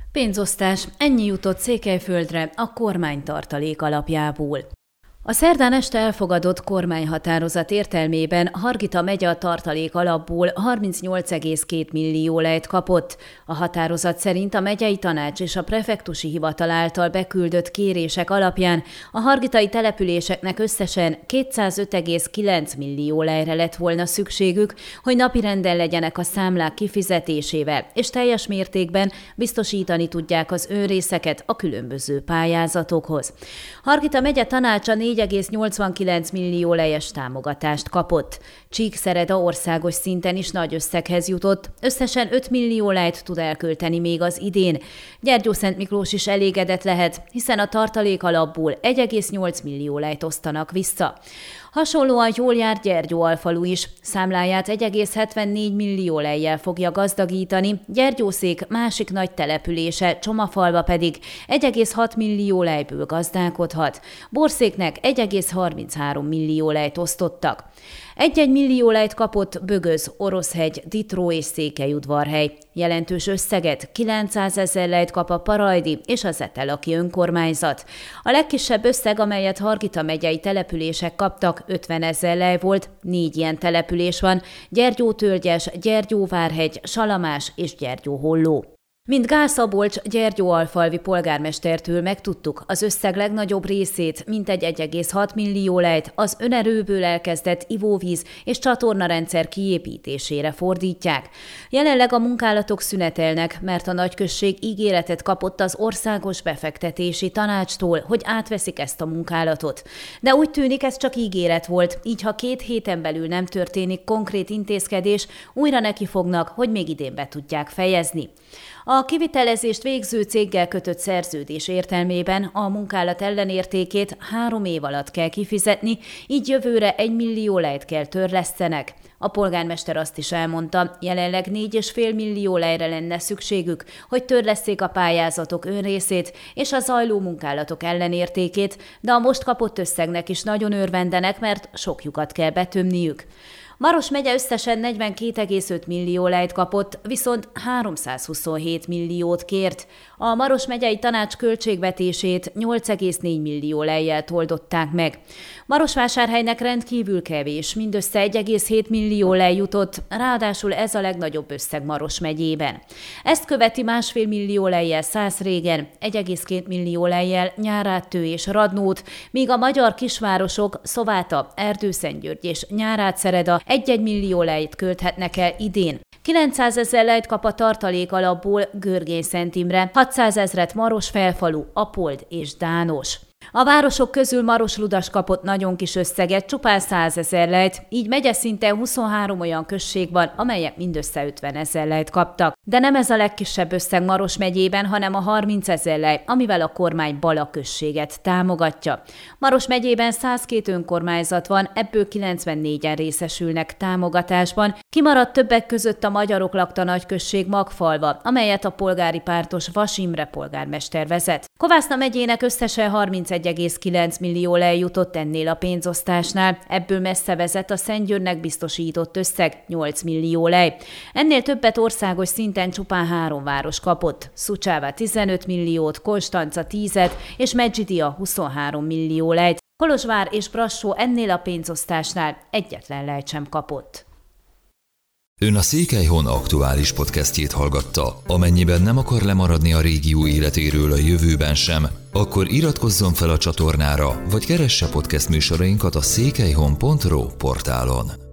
Pénzosztás, ennyi jutott Székelyföldre a kormány tartalék alapjából. A szerdán este elfogadott kormányhatározat értelmében Hargita megye a tartalék alapból 38,2 millió lejt kapott. A határozat szerint a megyei tanács és a prefektusi hivatal által beküldött kérések alapján a hargitai településeknek összesen 205,9 millió lejre lett volna szükségük, hogy napirenden legyenek a számlák kifizetésével, és teljes mértékben biztosítani tudják az önrészeket a különböző pályázatokhoz. Hargita megye tanácsa 4,89 millió lejes támogatást kapott. Csíkszereda országos szinten is nagy összeghez jutott, összesen 5 millió lejt tud elkölteni még az idén. Gyergyószentmiklós is elégedett lehet, hiszen a tartalék alapból 1,8 millió lejt osztanak vissza. Hasonlóan jól jár Gyergyóalfalu is, számláját 1,74 millió lejjel fogja gazdagítani, Gyergyószék másik nagy települése, Csomafalva pedig 1,6 millió lejből gazdálkodhat. Borszéknek 1,33 millió lejt osztottak. 1-1 millió lejt kapott Bögöz, Oroszhegy, Ditró és Székelyudvarhely. Jelentős összeget, 900 000 lejt kap a Parajdi és az Etelaki önkormányzat. A legkisebb összeg, amelyet Hargita megyei települések kaptak, 50 000 lej volt, 4 ilyen település van: Gyergyótölgyes, Gyergyóvárhegy, Salamás és Gyergyóholló. Mint Gál Szabolcs gyergyóalfalvi polgármestertől megtudtuk, az összeg legnagyobb részét, mintegy 1,6 millió lejt az önerőből elkezdett ivóvíz és csatornarendszer kiépítésére fordítják. Jelenleg a munkálatok szünetelnek, mert a nagyközség ígéretet kapott az Országos Befektetési Tanácstól, hogy átveszik ezt a munkálatot. De úgy tűnik, ez csak ígéret volt, így ha 2 héten belül nem történik konkrét intézkedés, újra neki fognak, hogy még idén be tudják fejezni. A kivitelezést végző céggel kötött szerződés értelmében a munkálat ellenértékét 3 év alatt kell kifizetni, így jövőre 1 millió lejt kell törlesztenek. A polgármester azt is elmondta, jelenleg 4,5 millió lejre lenne szükségük, hogy törlesszék a pályázatok önrészét és a zajló munkálatok ellenértékét, de a most kapott összegnek is nagyon örvendenek, mert sok lyukat kell betömniük. Maros megye összesen 42,5 millió lejt kapott, viszont 327 milliót kért. A Maros megyei tanács költségvetését 8,4 millió lejjel toldották meg. Marosvásárhelynek rendkívül kevés, mindössze 1,7 millió lej jutott, ráadásul ez a legnagyobb összeg Maros megyében. Ezt követi 1,5 millió lejjel Szászrégen, 1,2 millió lejjel Nyáráttő és Radnót, míg a magyar kisvárosok Szováta, Erdőszentgyörgy és Nyárádszereda 1,1 millió lejt költhetnek el idén. 900 000 lejt kap a tartalék alapból Görgény-Szent Imre, 600 000-et Marosfelfalu, Apold és Dános. A városok közül Marosludas kapott nagyon kis összeget, csupán 100 000 lejt, így megyeszinten 23 olyan község van, amelyek mindössze 50 000 lejt kaptak. De nem ez a legkisebb összeg Maros megyében, hanem a 30 000 lej, amivel a kormány Bala községet támogatja. Maros megyében 102 önkormányzat van, ebből 94-en részesülnek támogatásban. Kimaradt többek között a Magyarok lakta nagyközség Magfalva, amelyet a polgári pártos Vas Imre polgármester vezet. Kovászna megyének összesen 31,9 millió lej jutott ennél a pénzosztásnál, ebből messze vezet a Szentgyörgynek biztosított összeg 8 millió lej. Ennél többet országos szinten csupán 3 város kapott: Szucsáva 15 milliót, Konstanca 10-et és Medzsidia 23 millió lejt. Kolozsvár és Brassó ennél a pénzosztásnál egyetlen lejt sem kapott. Ön a Székelyhon aktuális podcastjét hallgatta. Amennyiben nem akar lemaradni a régió életéről a jövőben sem, akkor iratkozzon fel a csatornára, vagy keresse podcast műsorainkat a székelyhon.ro portálon.